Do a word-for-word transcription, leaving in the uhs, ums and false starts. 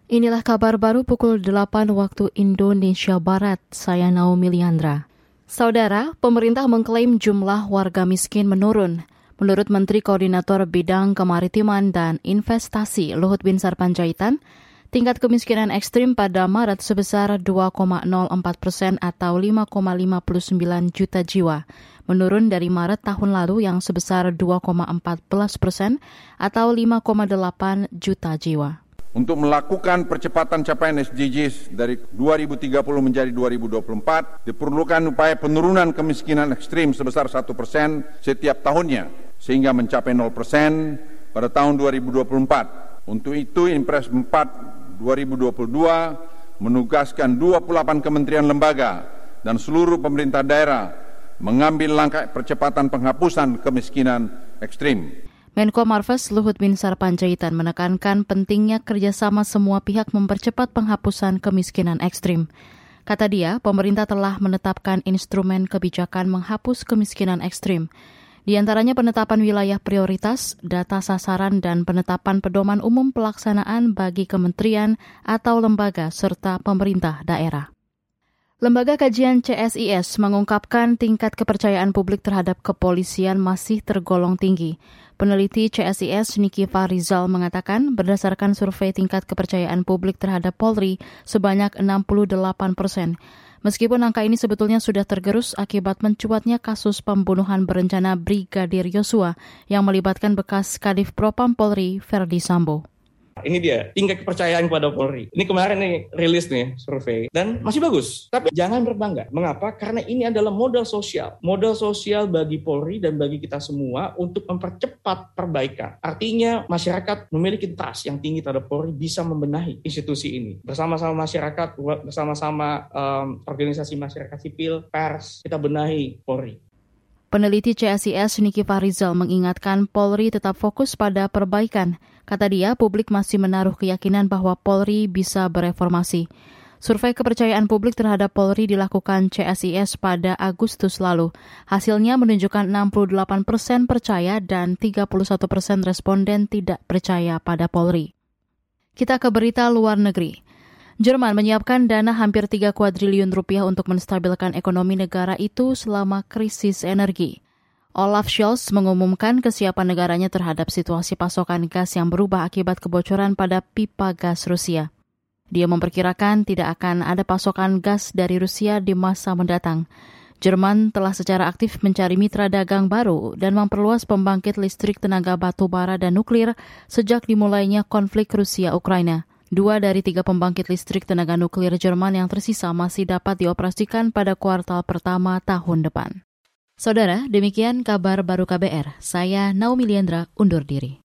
Inilah kabar baru pukul delapan waktu Indonesia Barat. Saya Naomi Liandra. Saudara, pemerintah mengklaim jumlah warga miskin menurun. Menurut Menteri Koordinator Bidang Kemaritiman dan Investasi Luhut Binsar Panjaitan, tingkat kemiskinan ekstrim pada Maret sebesar dua koma nol empat persen atau lima koma lima sembilan juta jiwa, menurun dari Maret tahun lalu yang sebesar dua koma empat belas persen atau lima koma delapan juta jiwa. Untuk melakukan percepatan capaian S D Gs dari dua ribu tiga puluh menjadi dua ribu dua puluh empat, diperlukan upaya penurunan kemiskinan ekstrim sebesar satu persen setiap tahunnya, sehingga mencapai nol persen pada tahun dua ribu dua puluh empat. Untuk itu, Impres empat dua ribu dua puluh dua menugaskan dua puluh delapan kementerian lembaga dan seluruh pemerintah daerah mengambil langkah percepatan penghapusan kemiskinan ekstrim. Menko Marves Luhut Binsar Panjaitan menekankan pentingnya kerjasama semua pihak mempercepat penghapusan kemiskinan ekstrim. Kata dia, pemerintah telah menetapkan instrumen kebijakan menghapus kemiskinan ekstrim. Di antaranya penetapan wilayah prioritas, data sasaran, dan penetapan pedoman umum pelaksanaan bagi kementerian atau lembaga serta pemerintah daerah. Lembaga Kajian C S I S mengungkapkan tingkat kepercayaan publik terhadap kepolisian masih tergolong tinggi. Peneliti C S I S Niki Farizal mengatakan berdasarkan survei tingkat kepercayaan publik terhadap Polri sebanyak enam puluh delapan persen. Meskipun angka ini sebetulnya sudah tergerus akibat mencuatnya kasus pembunuhan berencana Brigadir Yosua yang melibatkan bekas Kadif Propam Polri Verdi Sambo. Ini dia, tingkat kepercayaan kepada Polri. Ini kemarin nih rilis nih survei dan masih bagus. Tapi jangan berbangga. Mengapa? Karena ini adalah modal sosial. Modal sosial bagi Polri dan bagi kita semua untuk mempercepat perbaikan. Artinya masyarakat memiliki trust yang tinggi terhadap Polri bisa membenahi institusi ini. Bersama-sama masyarakat, bersama-sama um, organisasi masyarakat sipil, pers, kita benahi Polri. Peneliti C S I S Niki Farizal mengingatkan Polri tetap fokus pada perbaikan. Kata dia, publik masih menaruh keyakinan bahwa Polri bisa bereformasi. Survei kepercayaan publik terhadap Polri dilakukan C S I S pada Agustus lalu. Hasilnya menunjukkan enam puluh delapan persen percaya dan tiga puluh satu persen responden tidak percaya pada Polri. Kita ke berita luar negeri. Jerman menyiapkan dana hampir tiga kuadriliun rupiah untuk menstabilkan ekonomi negara itu selama krisis energi. Olaf Scholz mengumumkan kesiapan negaranya terhadap situasi pasokan gas yang berubah akibat kebocoran pada pipa gas Rusia. Dia memperkirakan tidak akan ada pasokan gas dari Rusia di masa mendatang. Jerman telah secara aktif mencari mitra dagang baru dan memperluas pembangkit listrik tenaga batu bara dan nuklir sejak dimulainya konflik Rusia-Ukraina. Dua dari tiga pembangkit listrik tenaga nuklir Jerman yang tersisa masih dapat dioperasikan pada kuartal pertama tahun depan. Saudara, demikian kabar baru K B R. Saya Naomi Liandra undur diri.